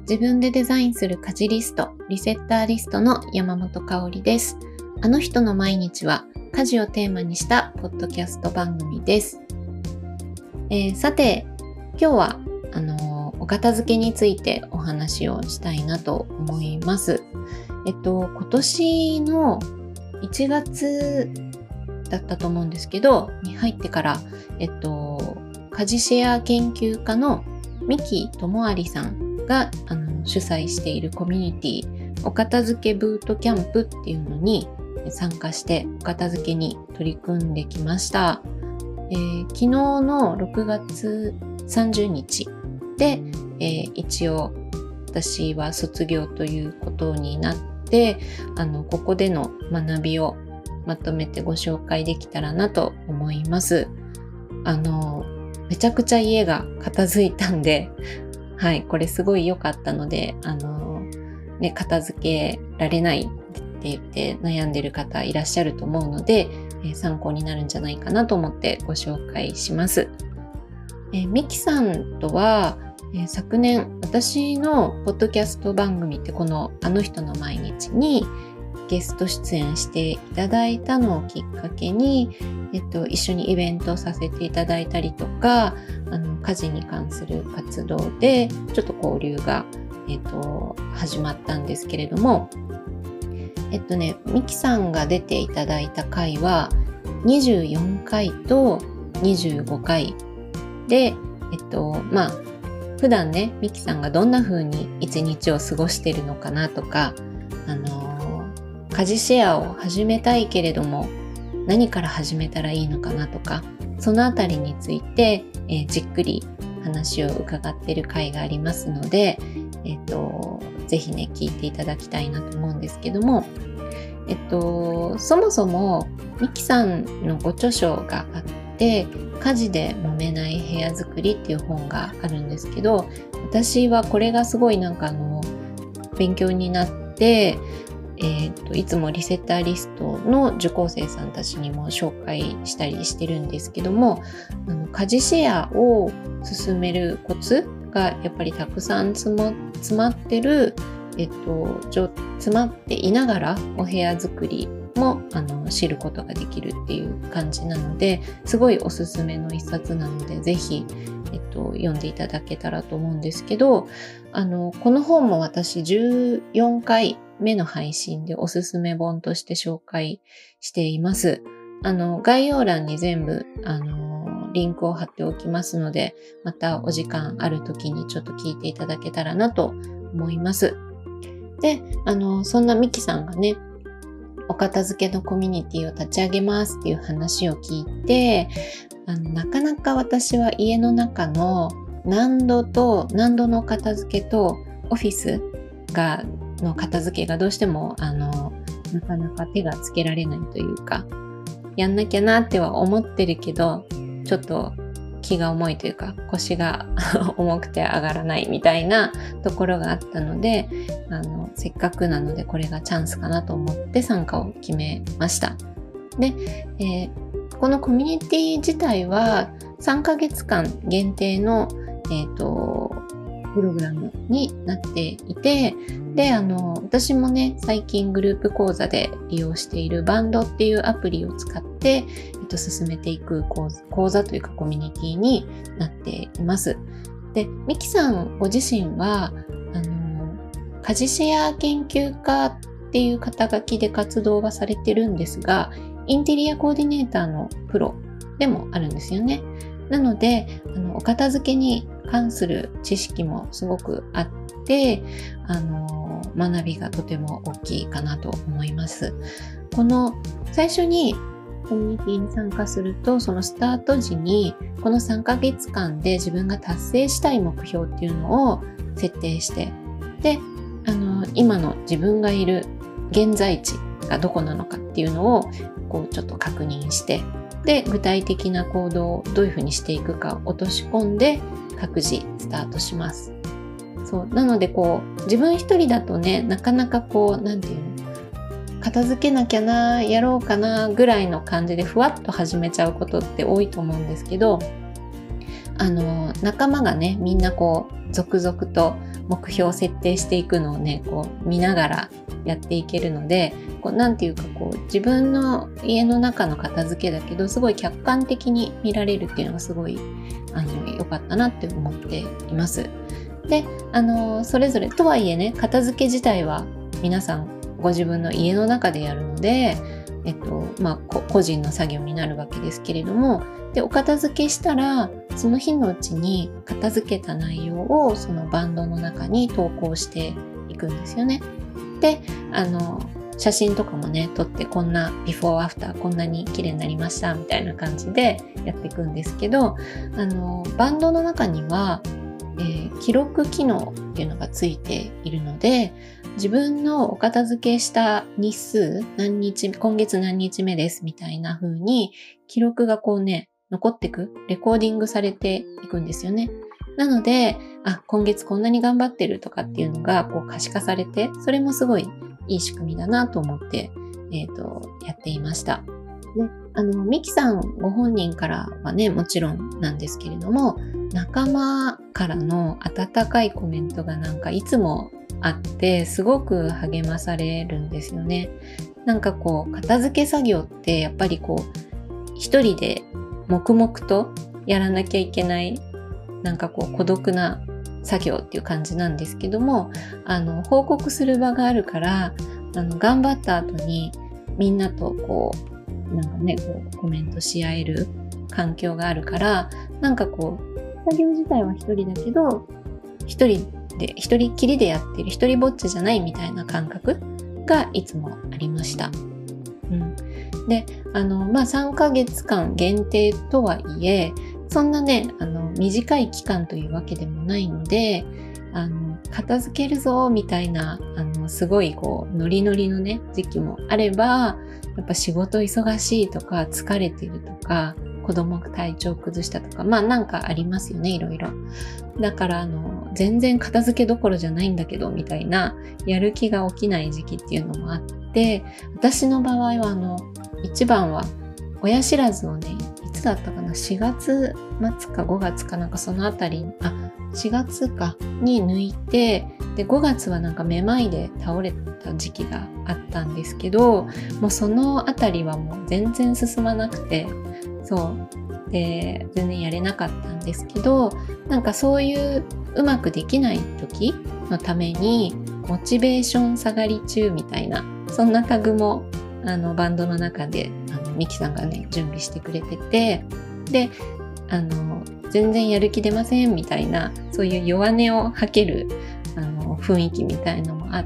自分でデザインする家事リスト、リセッターリストの山本香里です。あの人の毎日は家事をテーマにしたポッドキャスト番組です。さて、今日はお片付けについてお話をしたいなと思います。今年の1月だったと思うんですけど、に入ってから、家事シェア研究家の三木智有さんが主催しているコミュニティお片付けブートキャンプっていうのに参加してお片付けに取り組んできました。昨日の6月30日で、一応私は卒業ということになってここでの学びをまとめてご紹介できたらなと思います。めちゃくちゃ家が片付いたんで、はい、これすごい良かったので、片付けられないって言って悩んでる方いらっしゃると思うので、参考になるんじゃないかなと思ってご紹介します。ミキさんとは、昨年私のポッドキャスト番組ってこのあの人の毎日にゲスト出演していただいたのをきっかけに、一緒にイベントをさせていただいたりとか、家事に関する活動でちょっと交流が、始まったんですけれども、ミキさんが出ていただいた回は24回と25回で、普段ね、ミキさんがどんな風に一日を過ごしているのかなとか、家事シェアを始めたいけれども何から始めたらいいのかなとか、そのあたりについて、じっくり話を伺っている回がありますので、ぜひね聞いていただきたいなと思うんですけども、そもそもミキさんのご著書があって、家事で揉めない部屋作りっていう本があるんですけど、私はこれがすごい勉強になって、いつもリセッターリストの受講生さんたちにも紹介したりしてるんですけども、家事シェアを進めるコツがやっぱりたくさん詰まってる、詰まっていながらお部屋作りも知ることができるっていう感じなので、すごいおすすめの一冊なのでぜひ、読んでいただけたらと思うんですけど、この本も私14回目の配信でおすすめ本として紹介しています。概要欄に全部リンクを貼っておきますので、またお時間ある時にちょっと聞いていただけたらなと思います。で、そんなミキさんがね、お片付けのコミュニティを立ち上げますっていう話を聞いて、なかなか私は家の中の納戸の片付けとオフィスの片付けがどうしてもなかなか手がつけられないというか、やんなきゃなっては思ってるけど、ちょっと気が重いというか腰が重くて上がらないみたいなところがあったので、せっかくなのでこれがチャンスかなと思って参加を決めました。で、このコミュニティ自体は3ヶ月間限定の、プログラムになっていて、で、私もね、最近グループ講座で利用しているバンドっていうアプリを使って、進めていく講座というかコミュニティになっています。で、ミキさんご自身は、家事シェア研究家っていう肩書きで活動はされてるんですが、インテリアコーディネーターのプロでもあるんですよね。なので、お片付けに関する知識もすごくあって、学びがとても大きいかなと思います。この最初にコミュニティに参加すると、そのスタート時にこの3ヶ月間で自分が達成したい目標っていうのを設定して、で、今の自分がいる現在地がどこなのかっていうのをちょっと確認して、で、具体的な行動をどういうふうにしていくか落とし込んで各自スタートします。そうなので自分一人だとね、なかなか片付けなきゃな、やろうかなぐらいの感じでふわっと始めちゃうことって多いと思うんですけど、 仲間がね、みんなこう、続々と目標を設定していくのをね、こう、見ながらやっていけるので、こう、なんていうかこう、自分の家の中の片付けだけど、すごい客観的に見られるっていうのがすごい、良かったなって思っています。で、それぞれ、とはいえね、片付け自体は皆さんご自分の家の中でやるので、個人の作業になるわけですけれども、で、お片付けしたら、その日のうちに片付けた内容をそのバンドの中に投稿していくんですよね。で、写真とかもね、撮ってこんなビフォーアフターこんなに綺麗になりましたみたいな感じでやっていくんですけど、バンドの中には、記録機能っていうのがついているので、自分のお片付けした日数、今月何日目ですみたいな風に記録がこうね、残ってく、レコーディングされていくんですよね。なので、今月こんなに頑張ってるとかっていうのがこう可視化されて、それもすごいいい仕組みだなと思って、やっていました。で、ミキさんご本人からはね、もちろんなんですけれども、仲間からの温かいコメントがなんかいつもあって、すごく励まされるんですよね。なんかこう、片付け作業ってやっぱりこう、一人で黙々とやらなきゃいけない、なんかこう孤独な作業っていう感じなんですけども、報告する場があるから、頑張った後にみんなとこう、なんかね、こうコメントし合える環境があるから、なんかこう、作業自体は一人だけど、一人きりでやってる、一人ぼっちじゃないみたいな感覚がいつもありました。で、3ヶ月間限定とはいえ、そんなね、短い期間というわけでもないので、片付けるぞみたいな、すごいこう、ノリノリのね、時期もあれば、やっぱ仕事忙しいとか、疲れてるとか、子供が体調崩したとか、なんかありますよね、いろいろ。だから、全然片付けどころじゃないんだけど、みたいな、やる気が起きない時期っていうのもあって、私の場合は、一番は、親知らずをね、いつだったかな、4月末か5月かなんかそのあたり、4月かに抜いて、で、5月はなんかめまいで倒れた時期があったんですけど、もうそのあたりはもう全然進まなくて、そう。で、全然やれなかったんですけど、なんかそういううまくできない時のために、モチベーション下がり中みたいな、そんなタグも、バンドの中で、ミキさんがね、準備してくれてて、で、全然やる気出ませんみたいな、そういう弱音を吐ける、雰囲気みたいのもあって、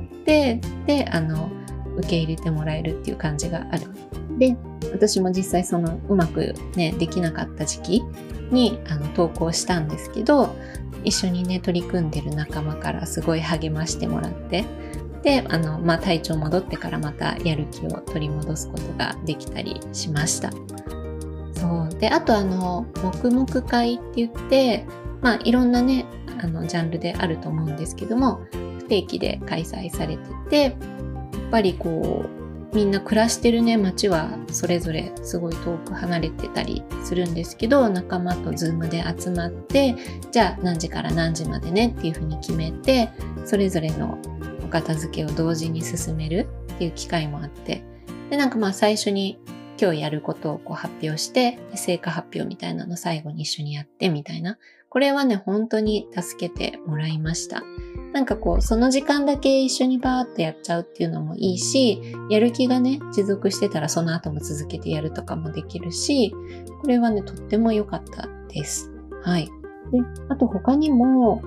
で、受け入れてもらえるっていう感じがある。で、私も実際そのうまくね、できなかった時期に投稿したんですけど、一緒にね、取り組んでる仲間からすごい励ましてもらって、で、体調戻ってからまたやる気を取り戻すことができたりしました。そう。で、あと黙々会って言って、いろんなね、ジャンルであると思うんですけども、不定期で開催されてて、やっぱりこう、みんな暮らしてるね、街はそれぞれすごい遠く離れてたりするんですけど、仲間とズームで集まって、じゃあ何時から何時までねっていうふうに決めて、それぞれのお片付けを同時に進めるっていう機会もあって、で、なんか最初に今日やることをこう発表して、成果発表みたいなの最後に一緒にやってみたいな。これはね、本当に助けてもらいました。なんかこう、その時間だけ一緒にバーっとやっちゃうっていうのもいいし、やる気がね、持続してたらその後も続けてやるとかもできるし、これはね、とっても良かったです。はい。で、あと他にも、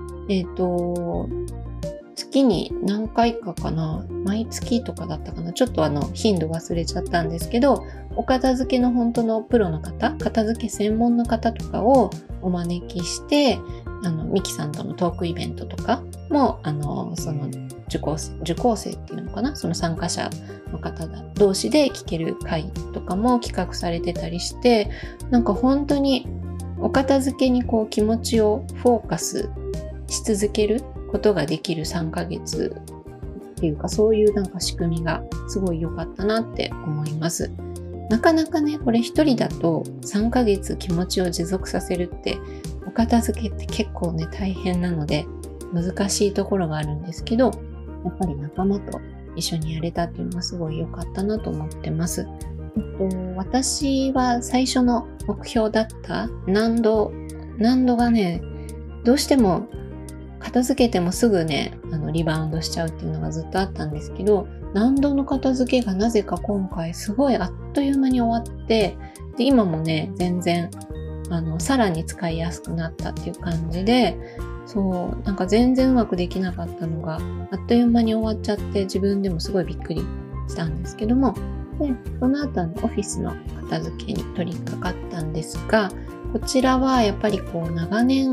月に何回かかな、毎月とかだったかな、ちょっと頻度忘れちゃったんですけど、お片付けの本当のプロの方、片付け専門の方とかをお招きして、ミキさんとのトークイベントとかも、その受講生っていうのかな、その参加者の方同士で聞ける会とかも企画されてたりして、なんか本当にお片付けにこう気持ちをフォーカスし続けることができる3ヶ月っていうか、そういうなんか仕組みがすごい良かったなって思います。なかなかね、これ一人だと3ヶ月気持ちを持続させるってお片付けって結構ね、大変なので難しいところがあるんですけど、やっぱり仲間と一緒にやれたっていうのがすごい良かったなと思ってます。私は最初の目標だった難度がね、どうしても片付けてもすぐね、リバウンドしちゃうっていうのがずっとあったんですけど、難度の片付けがなぜか今回すごいあっという間に終わって、で、今もね、全然、さらに使いやすくなったっていう感じで、そう、なんか全然うまくできなかったのが、あっという間に終わっちゃって自分でもすごいびっくりしたんですけども、で、その後オフィスの片付けに取り掛かったんですが、こちらはやっぱりこう長年、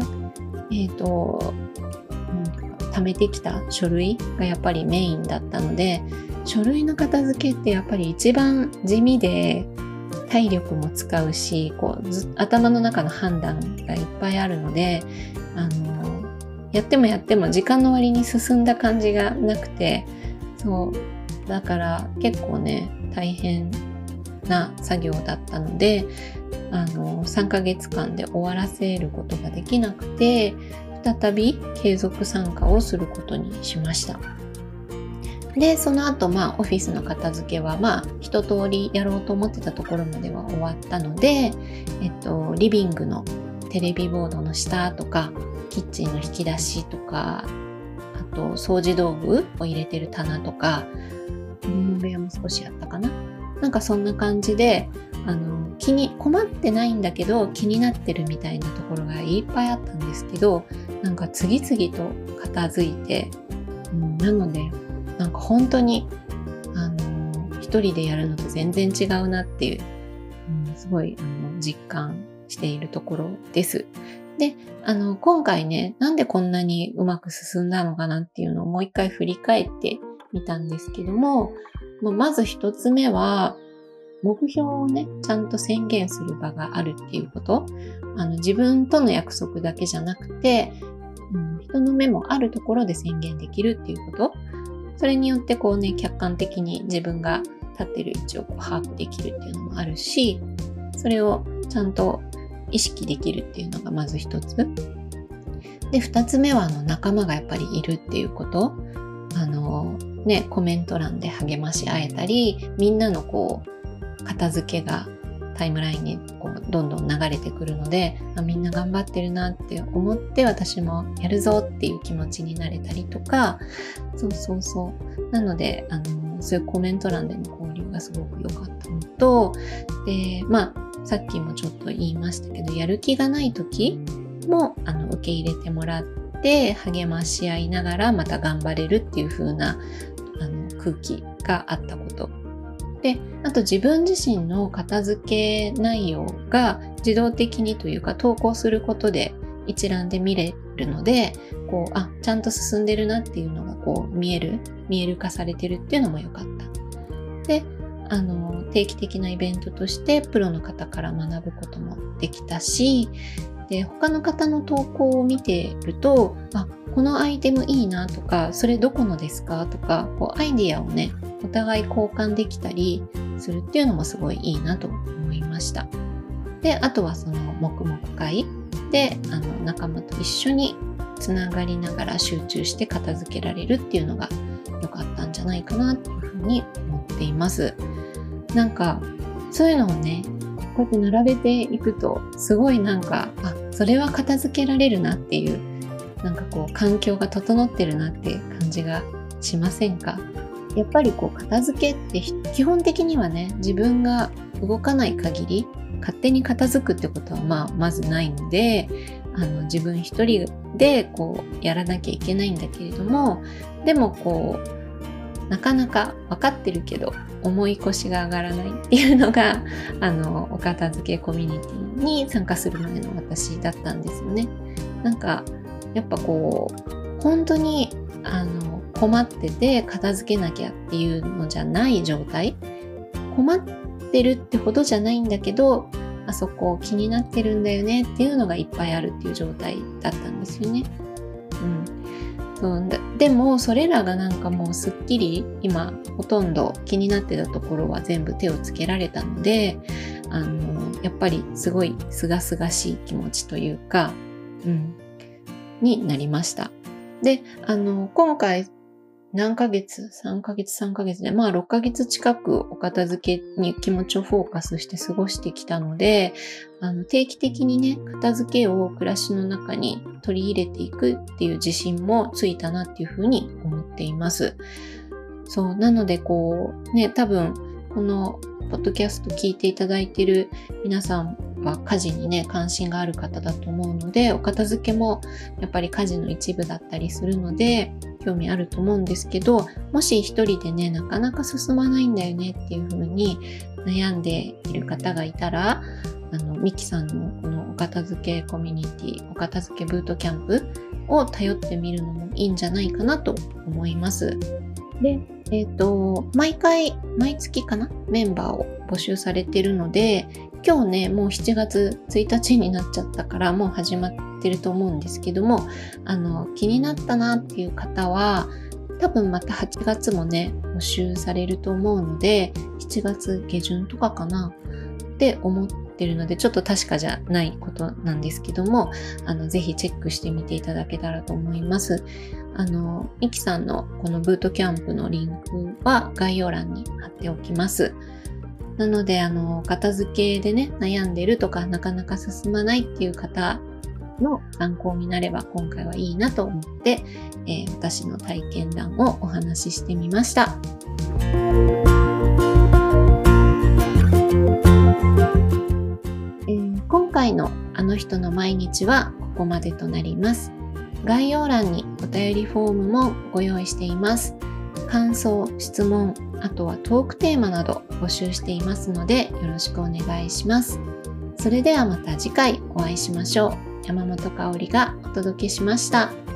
貯めてきた書類がやっぱりメインだったので、書類の片付けってやっぱり一番地味で体力も使うし、こう頭の中の判断がいっぱいあるので、やっても時間の割に進んだ感じがなくて、そうだから結構ね大変な作業だったので、3ヶ月間で終わらせることができなくて、再び継続参加をすることにしました。で、その後、オフィスの片付けは、一通りやろうと思ってたところまでは終わったので、リビングのテレビボードの下とか、キッチンの引き出しとか、あと、掃除道具を入れてる棚とか、部屋も少しあったかな。なんかそんな感じで、困ってないんだけど気になってるみたいなところがいっぱいあったんですけど、なんか次々と片付いて、なのでなんか本当に一人でやるのと全然違うなっていう、すごい実感しているところです。で、今回ね、なんでこんなにうまく進んだのかなっていうのをもう一回振り返ってみたんですけども、まず一つ目は目標をね、ちゃんと宣言する場があるっていうこと。自分との約束だけじゃなくて、人の目もあるところで宣言できるっていうこと。それによってこうね、客観的に自分が立ってる位置を把握できるっていうのもあるし、それをちゃんと意識できるっていうのがまず一つ。で、二つ目は仲間がやっぱりいるっていうこと。コメント欄で励まし合えたり、みんなのこう、片付けがタイムラインにこうどんどん流れてくるので、みんな頑張ってるなって思って私もやるぞっていう気持ちになれたりとか、なのでそういうコメント欄での交流がすごく良かったのと、でさっきもちょっと言いましたけど、やる気がない時も受け入れてもらって励まし合いながらまた頑張れるっていう風な空気があったこと。で、あと自分自身の片付け内容が自動的にというか投稿することで一覧で見れるので、こう、ちゃんと進んでるなっていうのがこう見える化されてるっていうのも良かった。で、定期的なイベントとしてプロの方から学ぶこともできたし、で、他の方の投稿を見てると、このアイテムいいなとか、それどこのですかとか、こうアイディアをね、お互い交換できたりするっていうのもすごいいいなと思いました。で、あとはその黙々会で仲間と一緒につながりながら集中して片付けられるっていうのが良かったんじゃないかなというふうに思っています。なんかそういうのをね、こうやって並べていくとすごいなんかそれは片付けられるなっていう、なんかこう環境が整ってるなって感じがしませんか？やっぱりこう片付けって基本的にはね、自分が動かない限り勝手に片付くってことはまずないので、自分一人でこうやらなきゃいけないんだけれども、でもこうなかなか分かってるけど重い腰が上がらないっていうのがお片付けコミュニティに参加するまでの私だったんですよね。なんかやっぱこう本当に困ってて片付けなきゃっていうのじゃない状態、困ってるってほどじゃないんだけど、あそこ気になってるんだよねっていうのがいっぱいあるっていう状態だったんですよね。でもそれらがなんかもうすっきり今ほとんど気になってたところは全部手をつけられたので、やっぱりすごい清々しい気持ちというか、 になりました。で、今回何ヶ月 ?3 ヶ月、3ヶ月で、6ヶ月近くお片付けに気持ちをフォーカスして過ごしてきたので、定期的にね、片付けを暮らしの中に取り入れていくっていう自信もついたなっていうふうに思っています。そう、なので多分、このポッドキャスト聞いていただいている皆さんは家事にね、関心がある方だと思うので、お片付けもやっぱり家事の一部だったりするので、興味あると思うんですけど、もし一人でね、なかなか進まないんだよねっていう風に悩んでいる方がいたら、ミキさんのこのお片付けコミュニティ、お片付けブートキャンプを頼ってみるのもいいんじゃないかなと思います。で、毎月かなメンバーを募集されてるので、今日ね、もう7月1日になっちゃったからもう始まってると思うんですけども、気になったなっていう方は、多分また8月もね、募集されると思うので、7月下旬とかかなって思ってるので、ちょっと確かじゃないことなんですけども、ぜひチェックしてみていただけたらと思います。ミキさんのこのブートキャンプのリンクは概要欄に貼っておきます。なので、片付けでね、悩んでるとか、なかなか進まないっていう方の参考になれば今回はいいなと思って、私の体験談をお話ししてみました。今回のあの人の毎日はここまでとなります。概要欄にお便りフォームもご用意しています。感想、質問、あとはトークテーマなど募集していますのでよろしくお願いします。それではまた次回お会いしましょう。山本香織がお届けしました。